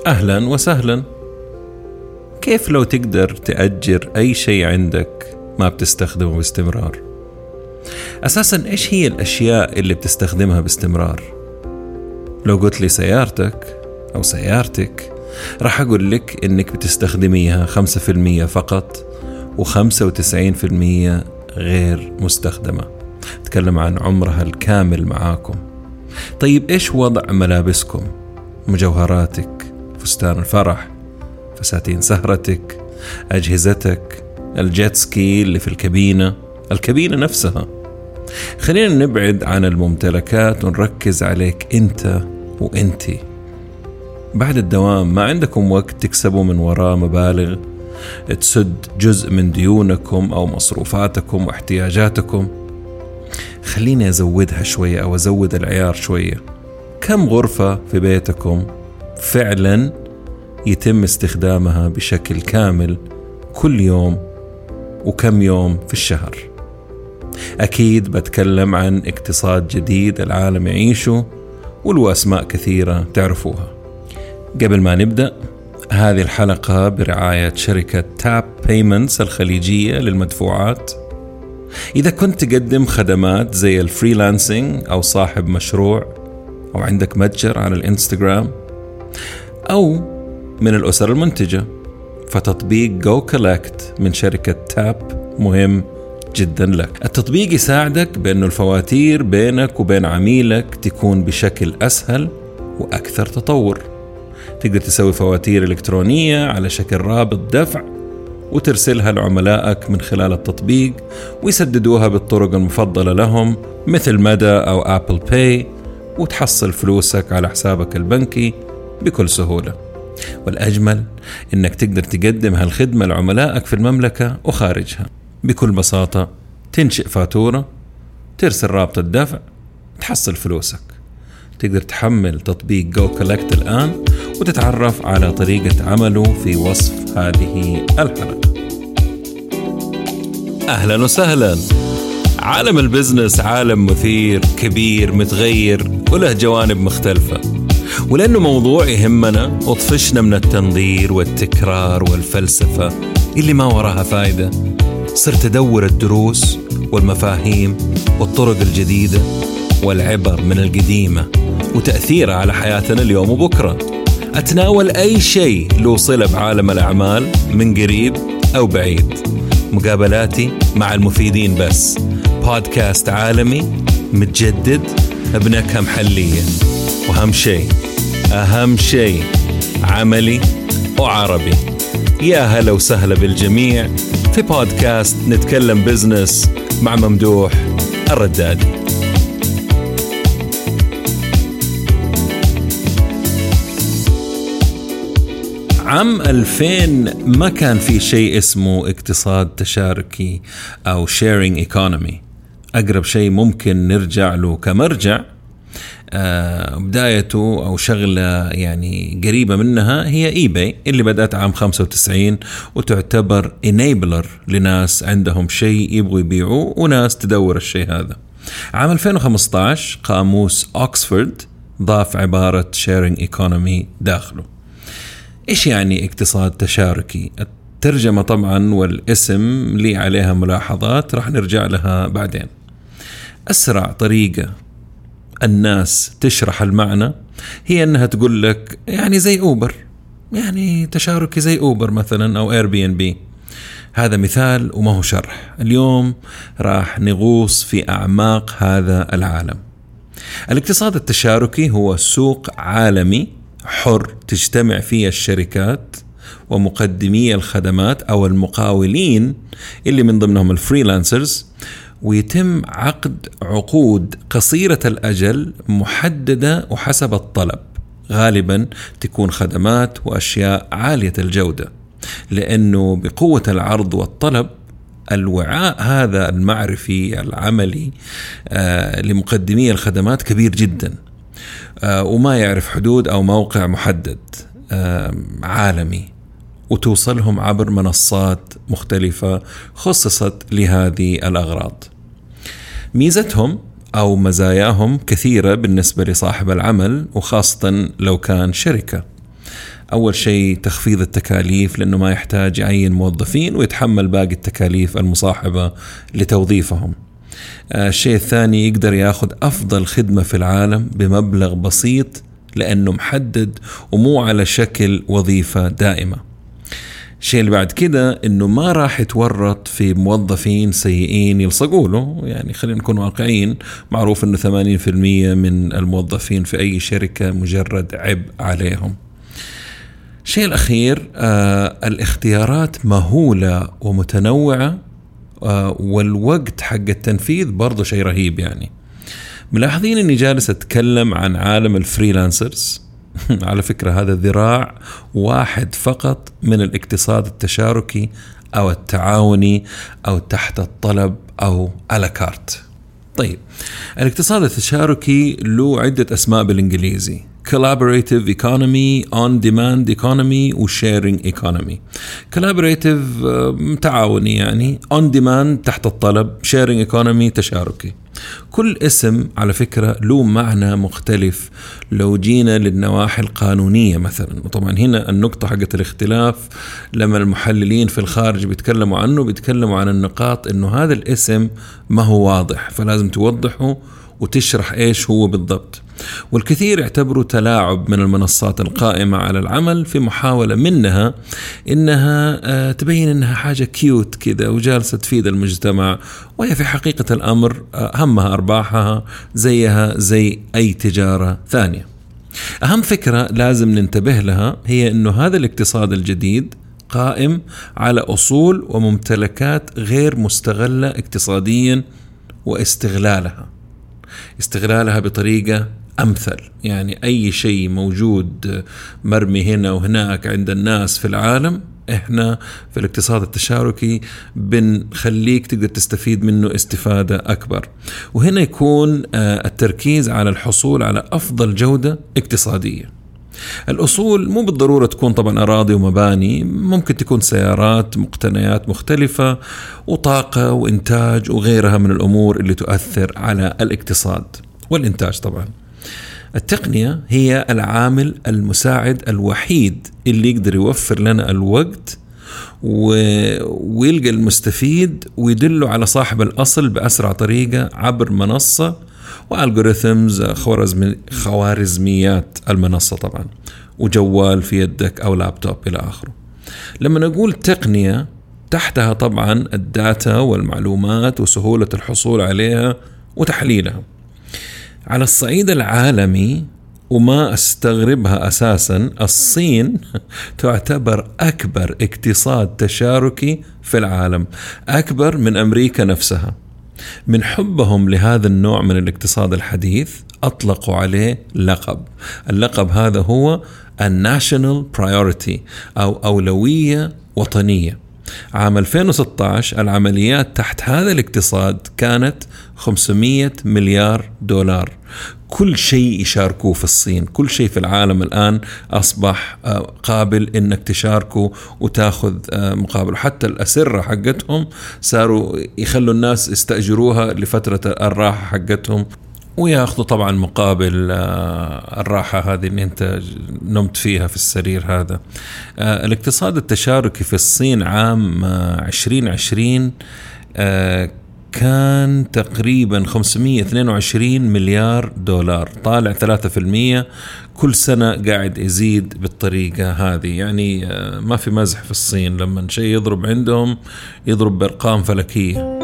أهلا وسهلا. كيف لو تقدر تأجر أي شيء عندك ما بتستخدمه باستمرار؟ أساسا إيش هي الأشياء اللي بتستخدمها باستمرار؟ لو قلت لي سيارتك أو سيارتك راح أقول لك إنك بتستخدميها 5% فقط و95% غير مستخدمة. تكلم عن عمرها الكامل معاكم. طيب إيش وضع ملابسكم؟ مجوهراتك، فستان الفرح، فساتين سهرتك، أجهزتك، الجيت سكي اللي في الكابينة نفسها. خلينا نبعد عن الممتلكات ونركز عليك أنت وأنتي. بعد الدوام ما عندكم وقت تكسبوا من وراء مبالغ تسد جزء من ديونكم أو مصروفاتكم واحتياجاتكم؟ خليني أزودها شوية أو أزود العيار شوية. كم غرفة في بيتكم فعلا يتم استخدامها بشكل كامل كل يوم وكم يوم في الشهر؟ أكيد بتكلم عن اقتصاد جديد العالم يعيشه وله أسماء كثيرة تعرفوها. قبل ما نبدأ، هذه الحلقة برعاية شركة تاب بيمنتس الخليجية للمدفوعات. إذا كنت تقدم خدمات زي الفريلانسينج أو صاحب مشروع أو عندك متجر على الإنستغرام أو من الأسر المنتجة، فتطبيق جو كولكت من شركة تاب مهم جدا لك. التطبيق يساعدك بأنه الفواتير بينك وبين عميلك تكون بشكل أسهل وأكثر تطور. تقدر تسوي فواتير إلكترونية على شكل رابط دفع وترسلها لعملائك من خلال التطبيق ويسددوها بالطرق المفضلة لهم مثل مدى أو أبل باي، وتحصل فلوسك على حسابك البنكي بكل سهولة. والأجمل إنك تقدر تقدم هالخدمة لعملائك في المملكة وخارجها بكل بساطة. تنشئ فاتورة، ترسل رابط الدفع، تحصل فلوسك. تقدر تحمل تطبيق جو كولكت الآن وتتعرف على طريقة عمله في وصف هذه الحلقة. أهلا وسهلا. عالم البزنس عالم مثير كبير متغير وله جوانب مختلفة، ولأنه موضوع يهمنا وطفشنا من التنظير والتكرار والفلسفة اللي ما وراها فايدة، صرت أدور الدروس والمفاهيم والطرق الجديدة والعبر من القديمة وتأثيرها على حياتنا اليوم وبكرة. أتناول أي شيء له صلة بعالم الأعمال من قريب أو بعيد. مقابلاتي مع المفيدين بس. بودكاست عالمي متجدد بنكهة محلية، أهم شيء عملي وعربي. يا هلا وسهلا بالجميع في بودكاست نتكلم بزنس مع ممدوح الردادي. عام 2000 ما كان في شيء اسمه اقتصاد تشاركي أو sharing economy. أقرب شيء ممكن نرجع له كمرجع بدايته أو شغلة يعني قريبة منها هي إيباي اللي بدأت عام 95 وتعتبر enabler لناس عندهم شيء يبغوا يبيعوه وناس تدور الشيء هذا. عام 2015 قاموس أكسفورد ضاف عبارة sharing economy داخله. إيش يعني اقتصاد تشاركي؟ الترجمة طبعا والاسم لي عليها ملاحظات راح نرجع لها بعدين. أسرع طريقة الناس تشرح المعنى هي أنها تقول لك يعني زي أوبر، يعني تشاركي زي أوبر مثلا أو اير بي ان بي. هذا مثال وما هو شرح. اليوم راح نغوص في أعماق هذا العالم. الاقتصاد التشاركي هو سوق عالمي حر تجتمع فيه الشركات ومقدمي الخدمات أو المقاولين اللي من ضمنهم الفريلانسرز، ويتم عقد عقود قصيرة الأجل محددة وحسب الطلب. غالبا تكون خدمات وأشياء عالية الجودة، لأنه بقوة العرض والطلب الوعاء هذا المعرفي العملي لمقدمي الخدمات كبير جدا وما يعرف حدود أو موقع محدد عالمي، وتوصلهم عبر منصات مختلفة خصصت لهذه الأغراض. ميزتهم أو مزاياهم كثيرة بالنسبة لصاحب العمل، وخاصة لو كان شركة. أول شيء تخفيض التكاليف لأنه ما يحتاج يعين موظفين ويتحمل باقي التكاليف المصاحبة لتوظيفهم. الشيء الثاني يقدر ياخذ أفضل خدمة في العالم بمبلغ بسيط لأنه محدد ومو على شكل وظيفة دائمة. الشيء اللي بعد كده إنه ما راح يتورط في موظفين سيئين يلصقوا له. يعني خلينا نكون واقعيين، معروف إنه 80% من الموظفين في أي شركة مجرد عبء عليهم. الشيء الأخير الاختيارات مهولة ومتنوعة، والوقت حق التنفيذ برضو شيء رهيب. يعني ملاحظين إني جالس أتكلم عن عالم الفريلانسرز. على فكرة هذا ذراع واحد فقط من الاقتصاد التشاركي أو التعاوني أو تحت الطلب أو على كارت. طيب، الاقتصاد التشاركي له عدة أسماء بالإنجليزي: collaborative economy, on-demand economy و sharing economy. collaborative تعاوني يعني، on-demand تحت الطلب، sharing economy تشاركي. كل اسم على فكرة له معنى مختلف لو جينا للنواحي القانونية مثلا. وطبعا هنا النقطة حقت الاختلاف لما المحللين في الخارج بيتكلموا عنه، بيتكلموا عن النقاط إنه هذا الاسم ما هو واضح، فلازم توضحه وتشرح إيش هو بالضبط. والكثير يعتبروا تلاعب من المنصات القائمة على العمل في محاولة منها إنها تبين إنها حاجة كيوت كذا وجالسة تفيد المجتمع، وهي في حقيقة الأمر همها أرباحها زيها زي أي تجارة ثانية. أهم فكرة لازم ننتبه لها هي إنه هذا الاقتصاد الجديد قائم على أصول وممتلكات غير مستغلة اقتصاديا، واستغلالها بطريقة أمثل. يعني أي شيء موجود مرمي هنا وهناك عند الناس في العالم، إحنا في الاقتصاد التشاركي بنخليك تقدر تستفيد منه استفادة أكبر. وهنا يكون التركيز على الحصول على أفضل جودة اقتصادية. الأصول مو بالضرورة تكون طبعا أراضي ومباني، ممكن تكون سيارات، مقتنيات مختلفة، وطاقة وإنتاج وغيرها من الأمور اللي تؤثر على الاقتصاد والإنتاج. طبعا التقنية هي العامل المساعد الوحيد اللي يقدر يوفر لنا الوقت ويلقى المستفيد ويدله على صاحب الأصل بأسرع طريقة عبر منصة والجوريثمز، خوارزميات المنصة طبعا، وجوال في يدك أو لابتوب إلى آخره. لما نقول تقنية تحتها طبعا الداتا والمعلومات وسهولة الحصول عليها وتحليلها. على الصعيد العالمي، وما استغربها أساسا، الصين تعتبر أكبر اقتصاد تشاركي في العالم، أكبر من أمريكا نفسها. من حبهم لهذا النوع من الاقتصاد الحديث أطلقوا عليه اللقب هذا هو الناشونال برايورتي أو أولوية وطنية. عام 2016 العمليات تحت هذا الاقتصاد كانت 500 مليار دولار. كل شيء يشاركوه في الصين، كل شيء في العالم الآن أصبح قابل إنك تشاركه وتاخذ مقابل. حتى الأسرة حقتهم صاروا يخلوا الناس يستأجروها لفترة الراحة حقتهم وياخذوا طبعا مقابل الراحة هذه اللي انت نمت فيها في السرير. هذا الاقتصاد التشاركي في الصين عام 2020 كان تقريبا 522 مليار دولار، طالع 3%، كل سنة قاعد يزيد بالطريقة هذه. يعني ما في مزح في الصين، لما شيء يضرب عندهم يضرب بأرقام فلكية.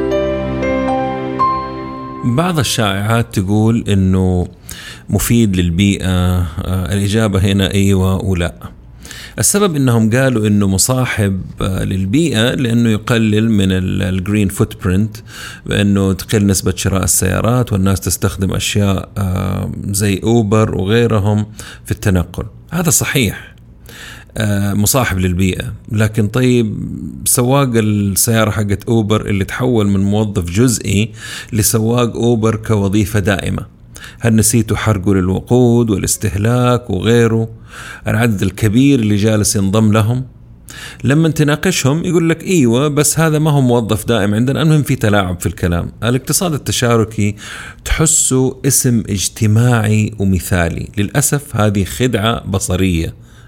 بعض الشائعات تقول إنه مفيد للبيئة. الإجابة هنا أيوة ولا. السبب إنهم قالوا إنه مصاحب للبيئة لأنه يقلل من الجرين فوتبرنت، بأنه تقل نسبة شراء السيارات والناس تستخدم أشياء زي أوبر وغيرهم في التنقل. هذا صحيح، مصاحب للبيئة. لكن طيب سواق السيارة حقت أوبر اللي تحول من موظف جزئي لسواق أوبر كوظيفة دائمة، هل نسيتوا حرقوا للوقود والاستهلاك وغيره؟ العدد الكبير اللي جالس ينضم لهم، لما تناقشهم يقول لك ايوه بس هذا ما هو موظف دائم عندنا. المهم في تلاعب في الكلام. الاقتصاد التشاركي تحسه اسم اجتماعي ومثالي، للأسف هذه خدعة بصرية.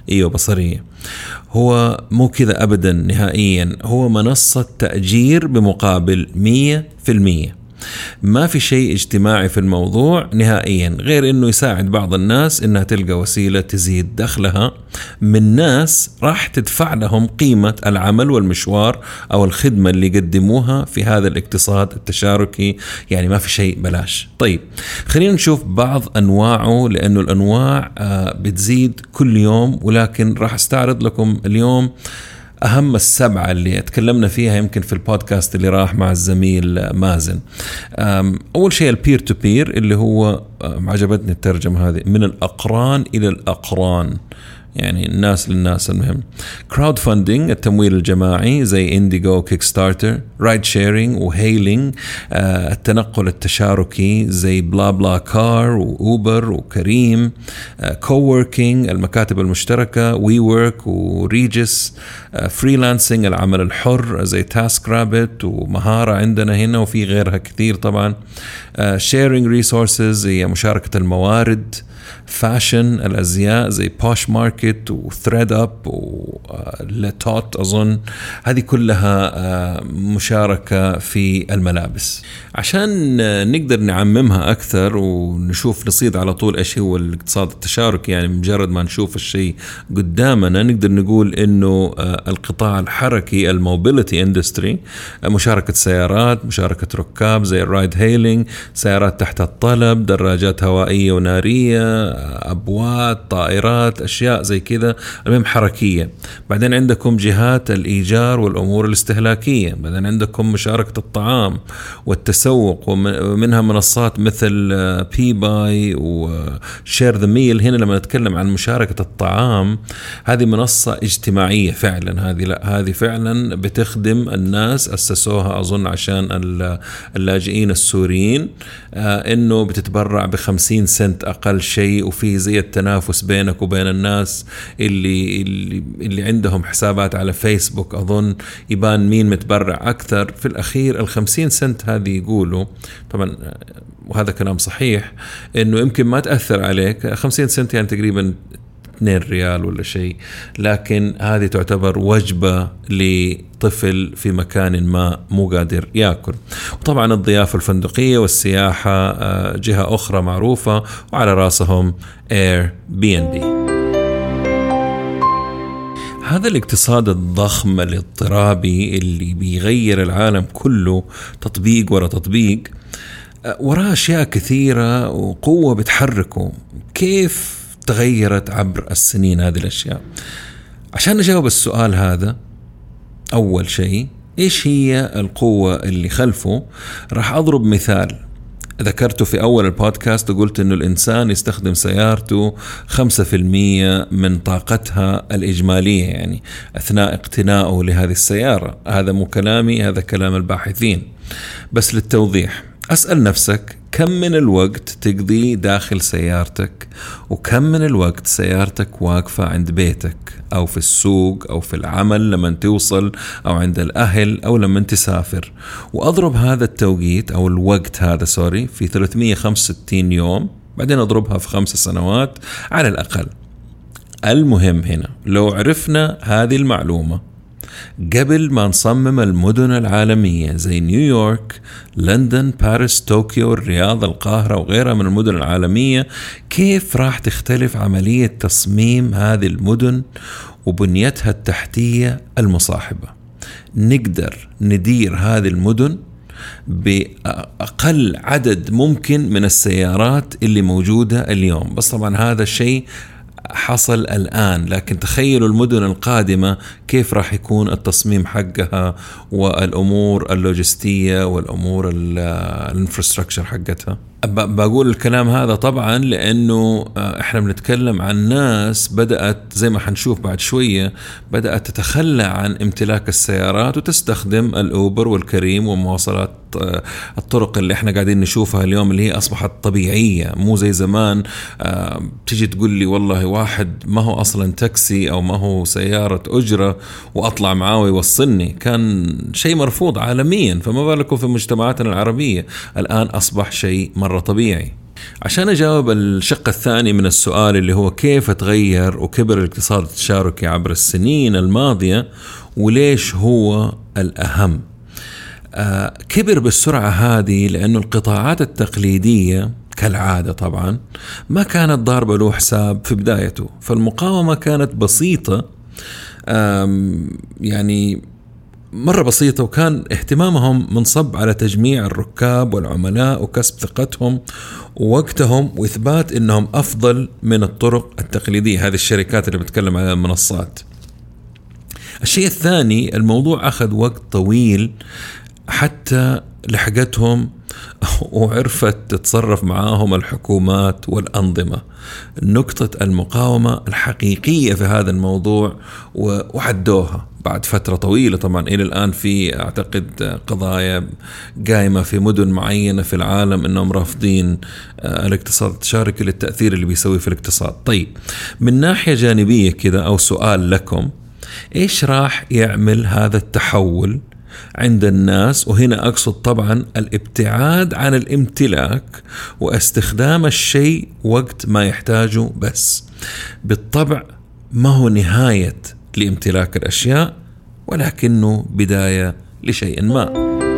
ايوه بصرية. هو مو كذا ابدا نهائيا، هو منصة تأجير بمقابل 100%. ما في شيء اجتماعي في الموضوع نهائيا، غير انه يساعد بعض الناس انها تلقى وسيلة تزيد دخلها من ناس راح تدفع لهم قيمة العمل والمشوار او الخدمة اللي يقدموها في هذا الاقتصاد التشاركي. يعني ما في شيء بلاش. طيب خلينا نشوف بعض انواعه، لانه الانواع بتزيد كل يوم، ولكن راح استعرض لكم اليوم أهم 7 اللي اتكلمنا فيها يمكن في البودكاست اللي راح مع الزميل مازن. أول شيء البير تو بير، اللي هو عجبتني الترجمة هذه، من الأقران إلى الأقران، يعني الناس للناس. المهم كراود فاندينج، التمويل الجماعي زي انديجو، كيك ستارتر. رايد شيرينج وهيلينج، التنقل التشاركي زي بلا بلا كار وأوبر وكريم. كووركينج، المكاتب المشتركة، وي ورك وريجس. فريلانسينج، العمل الحر زي تاسك رابت ومهارة عندنا هنا، وفي غيرها كثير طبعا. شيرينج ريسورسز، هي مشاركة الموارد. فاشن، الأزياء زي بوش ماركت وثريد أب ولتوت أظن، هذه كلها مشاركة في الملابس. عشان نقدر نعممها أكثر ونشوف نصيد على طول إيش هو الاقتصاد التشاركي، يعني مجرد ما نشوف الشيء قدامنا نقدر نقول إنه القطاع الحركي، الموبيليتي اندستري، مشاركة سيارات، مشاركة ركاب زي الرايد هيلينج، سيارات تحت الطلب، دراجات هوائية ونارية، أبوات، طائرات، أشياء زي كذا، المهم حركية. بعدين عندكم جهات الإيجار والأمور الاستهلاكية. بعدين عندكم مشاركة الطعام والتسوق، ومنها منصات مثل بي باي وشير ذا ميل. هنا لما نتكلم عن مشاركة الطعام، هذه منصة اجتماعية فعلا، هذه فعلا بتخدم الناس، أسسوها أظن عشان اللاجئين السوريين، إنه بتتبرع ب50 سنت أقل شيء، وفي زي التنافس بينك وبين الناس اللي عندهم حسابات على فيسبوك، أظن يبان مين متبرع أكثر. في الأخير 50 سنت هذه يقولوا طبعا، وهذا كلام صحيح، إنه يمكن ما تأثر عليك 50 سنت، يعني تقريبا 2 ريال ولا شيء، لكن هذه تعتبر وجبة لطفل في مكان ما مو قادر يأكل. وطبعا الضيافة الفندقية والسياحة جهة أخرى معروفة، وعلى رأسهم Airbnb. هذا الاقتصاد الضخم الاضطرابي اللي بيغير العالم كله تطبيق ورا تطبيق، وراه أشياء كثيرة وقوة بتحركه. كيف تغيرت عبر السنين هذه الأشياء؟ عشان نجاوب السؤال هذا، أول شيء إيش هي القوة اللي خلفه؟ راح أضرب مثال ذكرته في أول البودكاست، وقلت إنه الإنسان يستخدم سيارته 5% من طاقتها الإجمالية، يعني أثناء اقتنائه لهذه السيارة. هذا مو كلامي، هذا كلام الباحثين. بس للتوضيح، أسأل نفسك كم من الوقت تقضي داخل سيارتك، وكم من الوقت سيارتك واقفة عند بيتك أو في السوق أو في العمل لما توصل، أو عند الأهل، أو لما تسافر. وأضرب هذا التوقيت أو الوقت هذا في 365 يوم، بعدين أضربها في 5 سنوات على الأقل. المهم هنا لو عرفنا هذه المعلومة قبل ما نصمم المدن العالمية زي نيويورك، لندن، باريس، طوكيو، الرياض، القاهرة وغيرها من المدن العالمية، كيف راح تختلف عملية تصميم هذه المدن وبنيتها التحتية المصاحبة؟ نقدر ندير هذه المدن بأقل عدد ممكن من السيارات اللي موجودة اليوم. بس طبعا هذا الشيء حصل الآن، لكن تخيلوا المدن القادمة كيف راح يكون التصميم حقها والأمور اللوجستية والأمور الانفراستراكشر حقتها. بقول الكلام هذا طبعا لأنه احنا بنتكلم عن ناس بدأت زي ما حنشوف بعد شوية بدأت تتخلى عن امتلاك السيارات وتستخدم الأوبر والكريم ومواصلات الطرق اللي احنا قاعدين نشوفها اليوم، اللي هي أصبحت طبيعية، مو زي زمان تيجي تقول لي والله واحد ما هو أصلا تاكسي أو ما هو سيارة أجرة وأطلع معاه ويوصلني، كان شيء مرفوض عالميا، فما بالكم في مجتمعاتنا العربية الآن أصبح شيء مرة طبيعي. عشان أجاوب الشق الثاني من السؤال اللي هو كيف تغير وكبر الاقتصاد التشاركي عبر السنين الماضية وليش هو الأهم. كبر بالسرعة هذه لأنه القطاعات التقليدية كالعادة طبعا ما كانت ضاربة له حساب في بدايته، فالمقاومة كانت بسيطة، يعني مرة بسيطة، وكان اهتمامهم منصب على تجميع الركاب والعملاء وكسب ثقتهم ووقتهم وإثبات أنهم أفضل من الطرق التقليدية، هذه الشركات اللي بتكلم على المنصات. الشيء الثاني، الموضوع أخذ وقت طويل حتى لحقتهم وعرفت تتصرف معاهم الحكومات والأنظمة. نقطة المقاومة الحقيقية في هذا الموضوع وعدوها بعد فترة طويلة. طبعا إلى الآن في أعتقد قضايا قائمة في مدن معينة في العالم أنهم رافضين الاقتصاد التشاركي للتأثير اللي بيسويه في الاقتصاد. طيب، من ناحية جانبية كده أو سؤال لكم، إيش راح يعمل هذا التحول عند الناس؟ وهنا أقصد طبعا الابتعاد عن الامتلاك واستخدام الشيء وقت ما يحتاجه بس. بالطبع ما هو نهاية لامتلاك الأشياء، ولكنه بداية لشيء ما.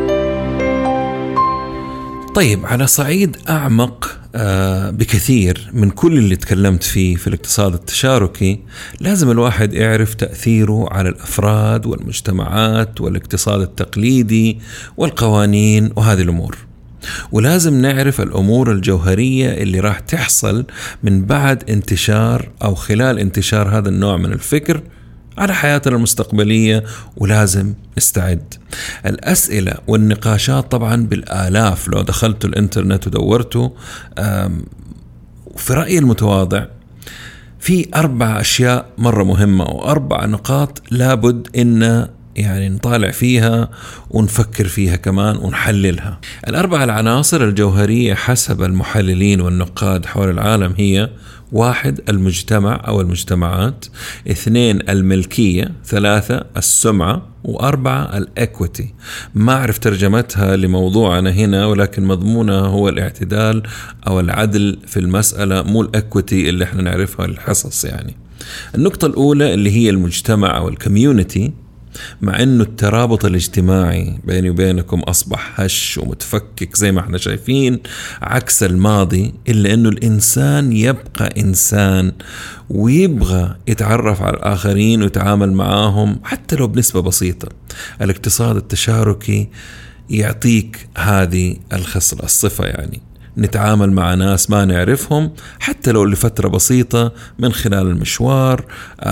طيب، على صعيد أعمق بكثير من كل اللي تكلمت فيه في الاقتصاد التشاركي، لازم الواحد يعرف تأثيره على الأفراد والمجتمعات والاقتصاد التقليدي والقوانين وهذه الأمور، ولازم نعرف الأمور الجوهرية اللي راح تحصل من بعد انتشار أو خلال انتشار هذا النوع من الفكر على حياتنا المستقبلية، ولازم نستعد. الأسئلة والنقاشات طبعا بالآلاف لو دخلتوا الإنترنت ودورتوا. في رأيي المتواضع في 4 أشياء مرة مهمة و4 نقاط لابد إن يعني نطالع فيها ونفكر فيها كمان ونحللها. 4 العناصر الجوهرية حسب المحللين والنقاد حول العالم هي: 1 المجتمع أو المجتمعات، 2 الملكية، 3 السمعة، و4 الإكويتي. ما أعرف ترجمتها لموضوعنا هنا، ولكن مضمونها هو الاعتدال أو العدل في المسألة، مو الإكويتي اللي احنا نعرفها الحصص. يعني النقطة الأولى اللي هي المجتمع أو الكميونيتي، مع أنه الترابط الاجتماعي بيني وبينكم أصبح هش ومتفكك زي ما احنا شايفين عكس الماضي، إلا أنه الإنسان يبقى إنسان ويبغى يتعرف على الآخرين ويتعامل معاهم حتى لو بنسبة بسيطة. الاقتصاد التشاركي يعطيك هذه الخصلة الصفة، يعني نتعامل مع ناس ما نعرفهم حتى لو لفترة بسيطة من خلال المشوار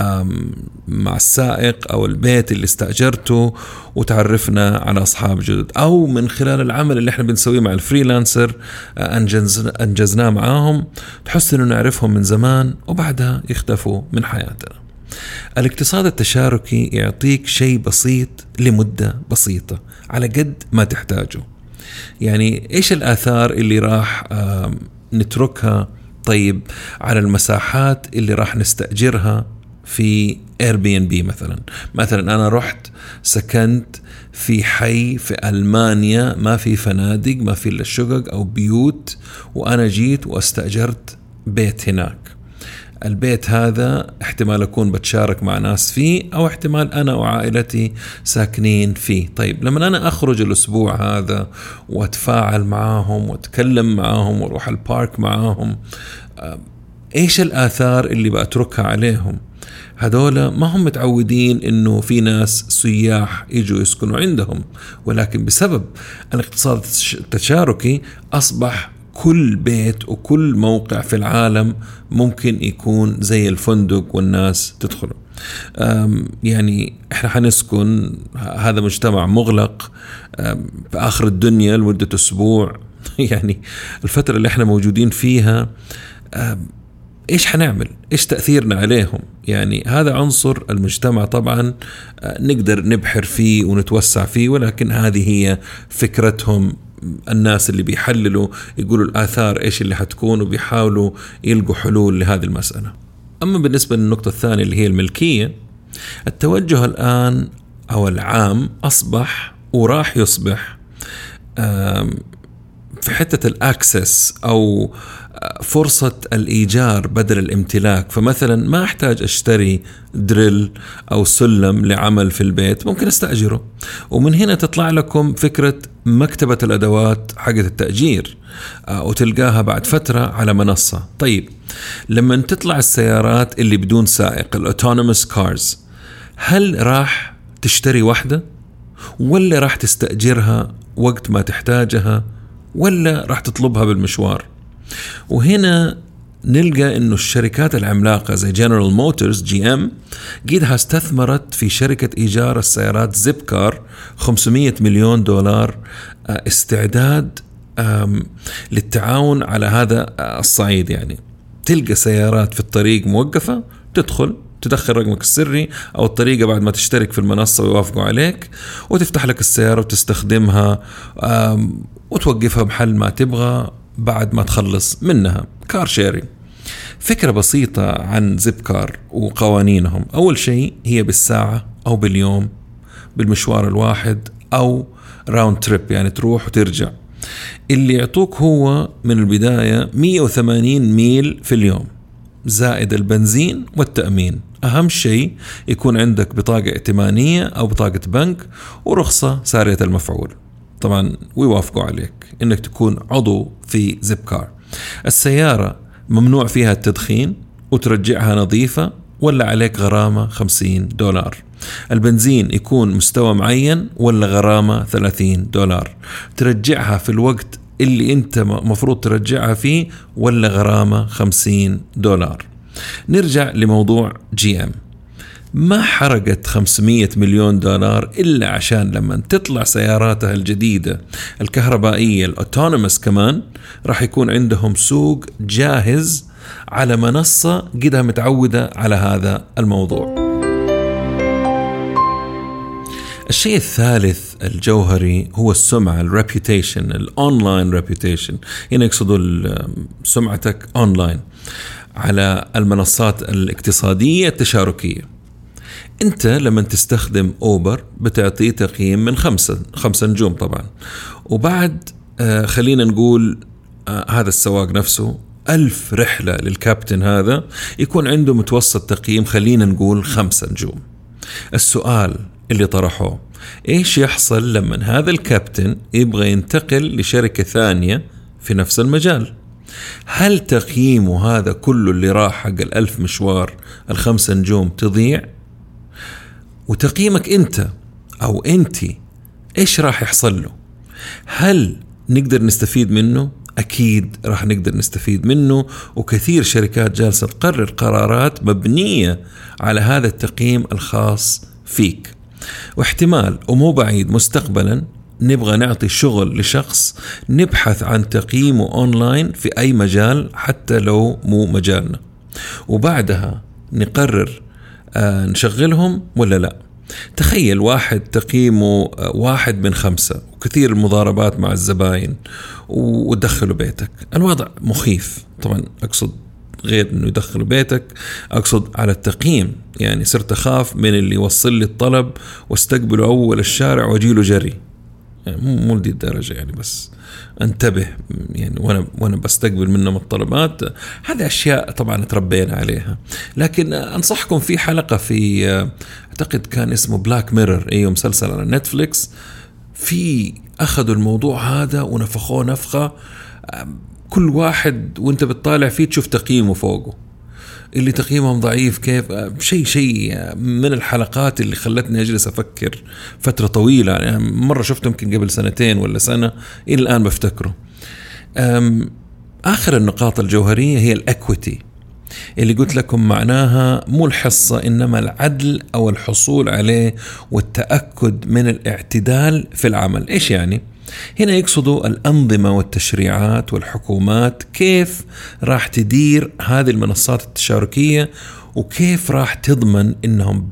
مع السائق أو البيت اللي استأجرته وتعرفنا على أصحاب جدد، أو من خلال العمل اللي احنا بنسويه مع الفريلانسر أنجزناه معاهم، تحس إنه نعرفهم من زمان وبعدها يختفوا من حياتنا. الاقتصاد التشاركي يعطيك شيء بسيط لمدة بسيطة على قد ما تحتاجه. يعني إيش الآثار اللي راح نتركها؟ طيب، على المساحات اللي راح نستأجرها في Airbnb مثلا أنا رحت سكنت في حي في ألمانيا ما في فنادق، ما في إلا شقق أو بيوت، وأنا جيت واستأجرت بيت هناك. البيت هذا احتمال أكون بتشارك مع ناس فيه، أو احتمال أنا وعائلتي ساكنين فيه. طيب، لما أنا أخرج الأسبوع هذا وأتفاعل معاهم وأتكلم معاهم وأروح البارك معاهم، إيش الآثار اللي بأتركها عليهم؟ هذولا ما هم متعودين إنه في ناس سياح يجوا يسكنوا عندهم، ولكن بسبب الاقتصاد التشاركي أصبح كل بيت وكل موقع في العالم ممكن يكون زي الفندق والناس تدخله. يعني احنا حنسكن، هذا مجتمع مغلق في آخر الدنيا لمدة أسبوع. يعني الفترة اللي احنا موجودين فيها ايش حنعمل؟ ايش تأثيرنا عليهم؟ يعني هذا عنصر المجتمع طبعا نقدر نبحر فيه ونتوسع فيه، ولكن هذه هي فكرتهم. الناس اللي بيحللوا يقولوا الآثار إيش اللي حتكون، وبيحاولوا يلقوا حلول لهذه المسألة. أما بالنسبة للنقطة الثانية اللي هي الملكية، التوجه الآن أو العام أصبح وراح يصبح في حتة الأكسس أو فرصة الإيجار بدل الامتلاك. فمثلا ما أحتاج أشتري دريل أو سلم لعمل في البيت، ممكن أستأجره. ومن هنا تطلع لكم فكرة مكتبة الأدوات حقة التأجير، وتلقاها بعد فترة على منصة. طيب لما تطلع السيارات اللي بدون سائق، الأوتونوموس كارز، هل راح تشتري واحدة ولا راح تستأجرها وقت ما تحتاجها ولا راح تطلبها بالمشوار؟ وهنا نلقى إنه الشركات العملاقة زي جنرال موتورز GM قيدها استثمرت في شركة إيجار السيارات زيبكار $500 مليون استعداد للتعاون على هذا الصعيد. يعني تلقى سيارات في الطريق موقفة، تدخل رقمك السري أو الطريقة بعد ما تشترك في المنصة ويوافقوا عليك، وتفتح لك السيارة وتستخدمها وتوقفها بحل ما تبغى بعد ما تخلص منها. كار شيرينج. فكرة بسيطة عن زيبكار وقوانينهم. أول شيء هي بالساعة أو باليوم، بالمشوار الواحد أو راوند تريب، يعني تروح وترجع. اللي يعطوك هو من البداية 180 ميل في اليوم زائد البنزين والتأمين. أهم شيء يكون عندك بطاقة ائتمانية أو بطاقة بنك ورخصة سارية المفعول. طبعا ويوافقوا عليك إنك تكون عضو في زيبكار. السيارة ممنوع فيها التدخين وترجعها نظيفة ولا عليك غرامة $50. البنزين يكون مستوى معين ولا غرامة $30. ترجعها في الوقت اللي انت مفروض ترجعها فيه ولا غرامة $50. نرجع لموضوع GM. ما حرقت $500 مليون إلا عشان لما تطلع سياراتها الجديدة الكهربائية الأوتونوموس كمان راح يكون عندهم سوق جاهز على منصة قدها متعودة على هذا الموضوع. الشيء الثالث الجوهري هو السمعة، الريبيوتيشن، الأونلاين ريبيوتيشن. هنا يقصدوا سمعتك أونلاين على المنصات الاقتصادية التشاركية. أنت لما تستخدم أوبر بتعطيه تقييم من 5 نجوم طبعا، وبعد خلينا نقول هذا السواق نفسه 1000 رحلة للكابتن هذا يكون عنده متوسط تقييم خلينا نقول 5 نجوم. السؤال اللي طرحوه، إيش يحصل لما هذا الكابتن يبغى ينتقل لشركة ثانية في نفس المجال؟ هل تقييمه هذا كله اللي راح حق 1000 مشوار 5 نجوم تضيع؟ وتقييمك أنت أو أنتي إيش راح يحصل له؟ هل نقدر نستفيد منه؟ أكيد راح نقدر نستفيد منه، وكثير شركات جالسة تقرر قرارات مبنية على هذا التقييم الخاص فيك. واحتمال ومو بعيد مستقبلا نبغى نعطي شغل لشخص نبحث عن تقييمه أونلاين في أي مجال حتى لو مو مجالنا، وبعدها نقرر نشغلهم ولا لا. تخيل واحد تقييمه 1 من 5 وكثير المضاربات مع الزباين ودخلوا بيتك. الوضع مخيف طبعا، أقصد غير أنه يدخلوا بيتك، أقصد على التقييم. يعني صرت أخاف من اللي يوصل لي الطلب واستقبله أول الشارع وأجيله جري. يعني مو لدي الدرجة يعني، بس انتبه يعني وانا بستقبل منهم الطلبات. هذه اشياء طبعا تربينا عليها. لكن انصحكم في حلقة في اعتقد كان اسمه بلاك ميرور، مسلسل على نتفليكس، في اخذوا الموضوع هذا ونفخوه نفخة. كل واحد وانت بتطالع فيه تشوف تقييمه فوقه، اللي تقييمهم ضعيف كيف. شيء من الحلقات اللي خلتني أجلس أفكر فترة طويلة. يعني مرة شفته يمكن قبل 2 ولا سنة، إلى الآن بفتكره. آخر النقاط الجوهرية هي الأكويتي، اللي قلت لكم معناها مو الحصة إنما العدل أو الحصول عليه والتأكد من الاعتدال في العمل. إيش يعني؟ هنا يقصدوا الأنظمة والتشريعات والحكومات كيف راح تدير هذه المنصات التشاركية، وكيف راح تضمن إنهم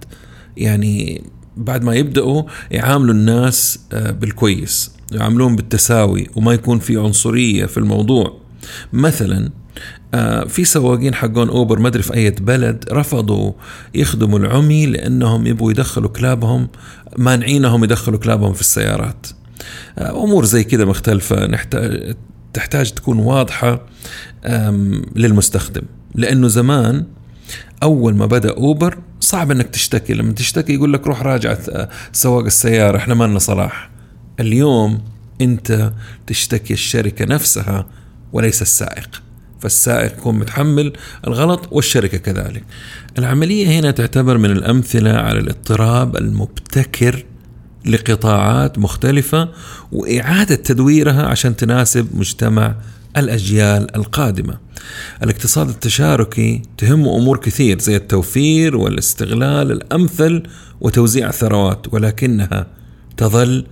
بعد ما يبدأوا يعاملوا الناس بالكويس، يعاملون بالتساوي وما يكون في عنصرية في الموضوع. مثلا في سواقين حقون أوبر ما أدري في أي بلد رفضوا يخدموا العمي لأنهم يبغوا يدخلوا كلابهم، مانعينهم يدخلوا كلابهم في السيارات. أمور زي كده مختلفة تحتاج تكون واضحة للمستخدم. لأنه زمان أول ما بدأ أوبر صعب أنك تشتكي، لما تشتكي يقول لك روح راجع سواق السيارة، إحنا ما لنا صلاح. اليوم أنت تشتكي الشركة نفسها وليس السائق، فالسائق يكون متحمل الغلط والشركة كذلك. العملية هنا تعتبر من الأمثلة على الاضطراب المبتكر لقطاعات مختلفة وإعادة تدويرها عشان تناسب مجتمع الأجيال القادمة. الاقتصاد التشاركي تهمه أمور كثير زي التوفير والاستغلال الأمثل وتوزيع الثروات، ولكنها تظل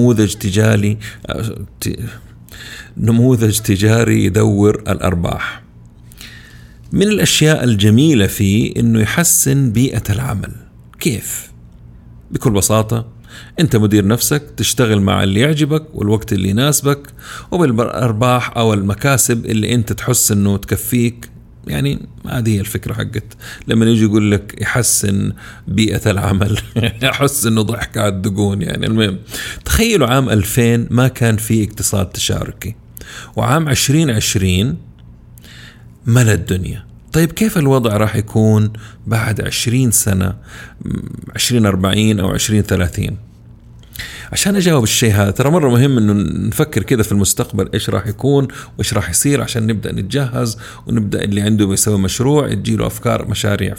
نموذج تجاري يدور الأرباح. من الأشياء الجميلة فيه إنه يحسن بيئة العمل. كيف؟ بكل بساطة أنت مدير نفسك، تشتغل مع اللي يعجبك والوقت اللي يناسبك، وبالأرباح أو المكاسب اللي أنت تحس إنه تكفيك. يعني هذه هي الفكرة حقت لما يجي يقول لك يحسن بيئة العمل يحس إنه ضحك على الدقون. يعني المهم تخيلوا عام 2000 ما كان في اقتصاد تشاركي، وعام 2020 ملى الدنيا. طيب كيف الوضع راح يكون بعد 20 سنة، 2040 أو 2030؟ عشان أجاوب الشيء هذا ترى مرة مهم إنه نفكر كده في المستقبل إيش راح يكون وإيش راح يصير، عشان نبدأ نتجهز ونبدأ اللي عنده بيسوي مشروع يجيله أفكار مشاريع.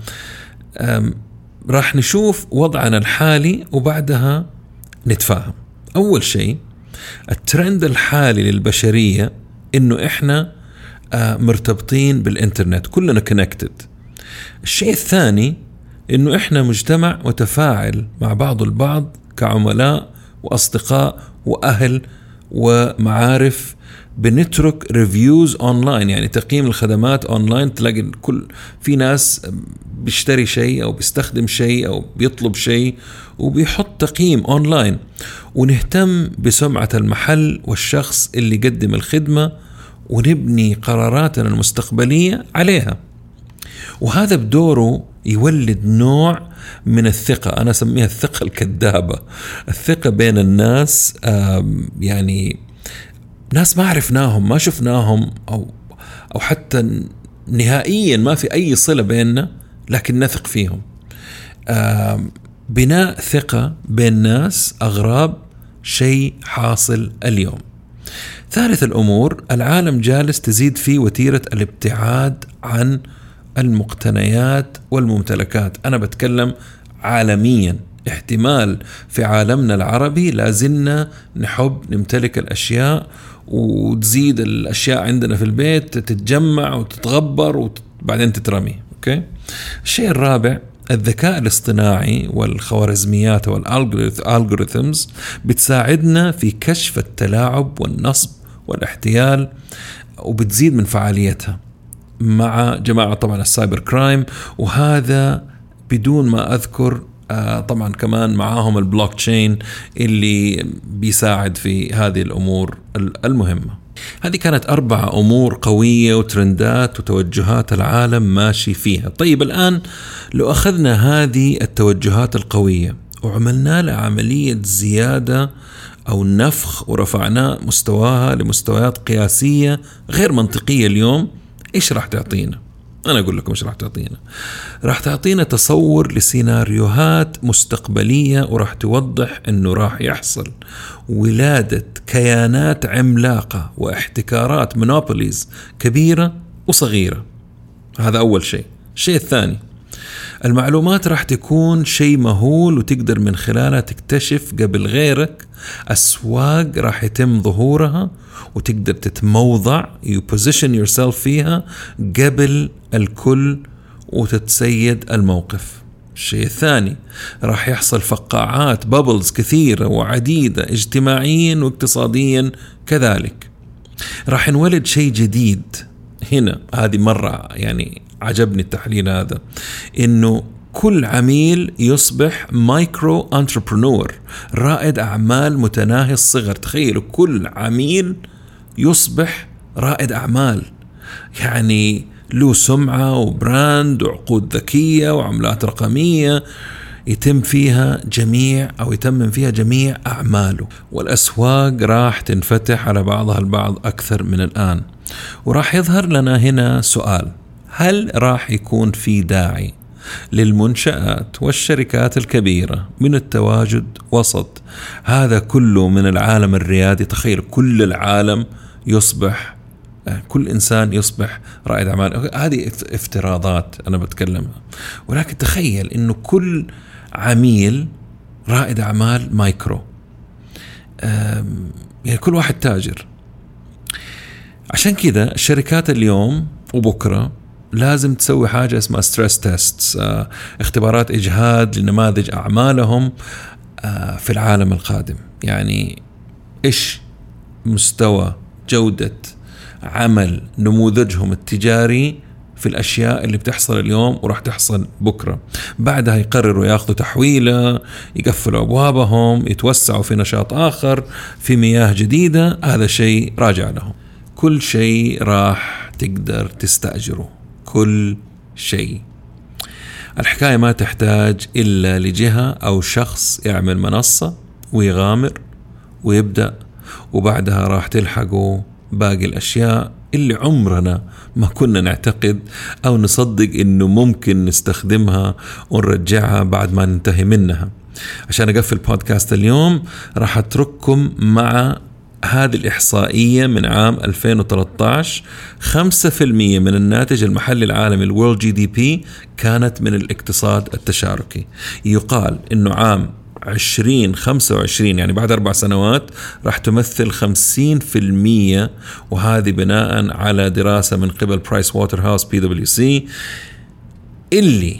راح نشوف وضعنا الحالي وبعدها نتفاهم. أول شيء الترند الحالي للبشرية إنه إحنا مرتبطين بالإنترنت، كلنا كونكتد. الشيء الثاني إنه إحنا مجتمع متفاعل مع بعض البعض كعملاء وأصدقاء وأهل ومعارف. بنترك ريفيوز أونلاين، يعني تقييم الخدمات أونلاين. تلاقي في ناس بيشتري شيء أو بيستخدم شيء أو بيطلب شيء وبيحط تقييم أونلاين. ونهتم بسمعة المحل والشخص اللي يقدم الخدمة ونبني قراراتنا المستقبلية عليها. وهذا بدوره يولد نوع من الثقة، أنا أسميها الثقة الكذابة، الثقة بين الناس. يعني ناس ما عرفناهم، ما شفناهم، أو حتى نهائيا ما في أي صلة بيننا، لكن نثق فيهم. بناء ثقة بين ناس أغراب شيء حاصل اليوم. ثالث الأمور، العالم جالس تزيد فيه وتيرة الابتعاد عن المقتنيات والممتلكات. أنا بتكلم عالميا. احتمال في عالمنا العربي لازلنا نحب نمتلك الأشياء، وتزيد الأشياء عندنا في البيت تتجمع وتتغبر وبعدين تترمي. أوكي. الشيء الرابع، الذكاء الاصطناعي والخوارزميات والالغوريثمز بتساعدنا في كشف التلاعب والنصب والاحتيال، وبتزيد من فعاليتها مع جماعة طبعا السايبر كرايم. وهذا بدون ما أذكر طبعا كمان معاهم البلوك تشين اللي بيساعد في هذه الأمور المهمة. هذه كانت 4 أمور قوية وترندات وتوجهات العالم ماشي فيها. طيب الآن لو أخذنا هذه التوجهات القوية وعملنا لها عملية زيادة أو نفخ ورفعناه مستواها لمستويات قياسية غير منطقية اليوم، إيش راح تعطينا؟ أنا أقول لكم إيش راح تعطينا. راح تعطينا تصور لسيناريوهات مستقبلية، وراح توضح إنه راح يحصل ولادة كيانات عملاقة واحتكارات مونوبوليز كبيرة وصغيرة. هذا أول شيء. الشيء الثاني، المعلومات راح تكون شيء مهول وتقدر من خلالها تكتشف قبل غيرك. أسواق راح يتم ظهورها وتقدر تتموضع you position yourself فيها قبل الكل وتتسيد الموقف. الشيء الثاني، راح يحصل فقاعات بابلز كثيرة وعديدة اجتماعيا واقتصاديا كذلك. راح نولد شيء جديد هنا. هذه مرة يعني عجبني التحليل هذا، إنه كل عميل يصبح مايكرو انتربرنور، رائد أعمال متناهي الصغر. تخيلوا كل عميل يصبح رائد أعمال، يعني له سمعة وبراند وعقود ذكية وعملات رقمية. يتم فيها جميع أعماله، والأسواق راح تنفتح على بعضها البعض أكثر من الآن. وراح يظهر لنا هنا سؤال: هل راح يكون في داعي للمنشآت والشركات الكبيرة من التواجد وسط هذا كله من العالم الريادي؟ تخيل كل العالم يصبح، كل إنسان يصبح رائد أعمال. هذه افتراضات أنا بتكلمها، ولكن تخيل إنه كل عميل رائد أعمال مايكرو، يعني كل واحد تاجر. عشان كذا الشركات اليوم وبكرة لازم تسوي حاجة اسمها ستريس تيست، اختبارات إجهاد لنماذج أعمالهم في العالم القادم. يعني إيش مستوى جودة عمل نموذجهم التجاري في الأشياء اللي بتحصل اليوم وراح تحصل بكرة. بعدها يقرروا ياخذوا تحويلة، يقفلوا أبوابهم، يتوسعوا في نشاط آخر في مياه جديدة. هذا شيء راجع لهم. كل شيء راح تقدر تستأجره، كل شيء. الحكاية ما تحتاج إلا لجهة أو شخص يعمل منصة ويغامر ويبدأ، وبعدها راح تلحقوا باقي الأشياء اللي عمرنا ما كنا نعتقد أو نصدق إنه ممكن نستخدمها ونرجعها بعد ما ننتهي منها. عشان أقفل بودكاست اليوم راح أترككم مع هذه الإحصائية من عام 2013. 5% من الناتج المحلي العالمي الورلد GDP كانت من الاقتصاد التشاركي. يقال إنه عام 2025 يعني بعد 4 سنوات راح تمثل 50%، وهذه بناء على دراسة من قبل برايس ووتر هاوس PwC. اللي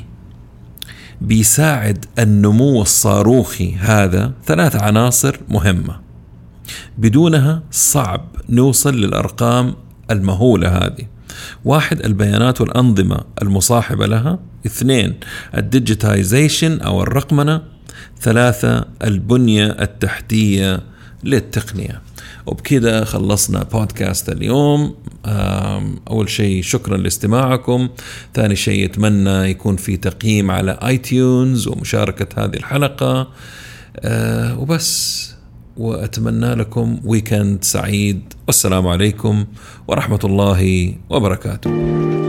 بيساعد النمو الصاروخي هذا 3 عناصر مهمة، بدونها صعب نوصل للأرقام المهولة هذه. 1 البيانات والأنظمة المصاحبة لها. 2 الديجيتايزيشن أو الرقمنة. 3 البنية التحتية للتقنية. وبكده خلصنا بودكاست اليوم. أول شيء شكرا لاستماعكم. ثاني شيء أتمنى يكون في تقييم على iTunes ومشاركة هذه الحلقة، وبس. وأتمنى لكم ويكند سعيد، والسلام عليكم ورحمة الله وبركاته.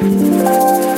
الله.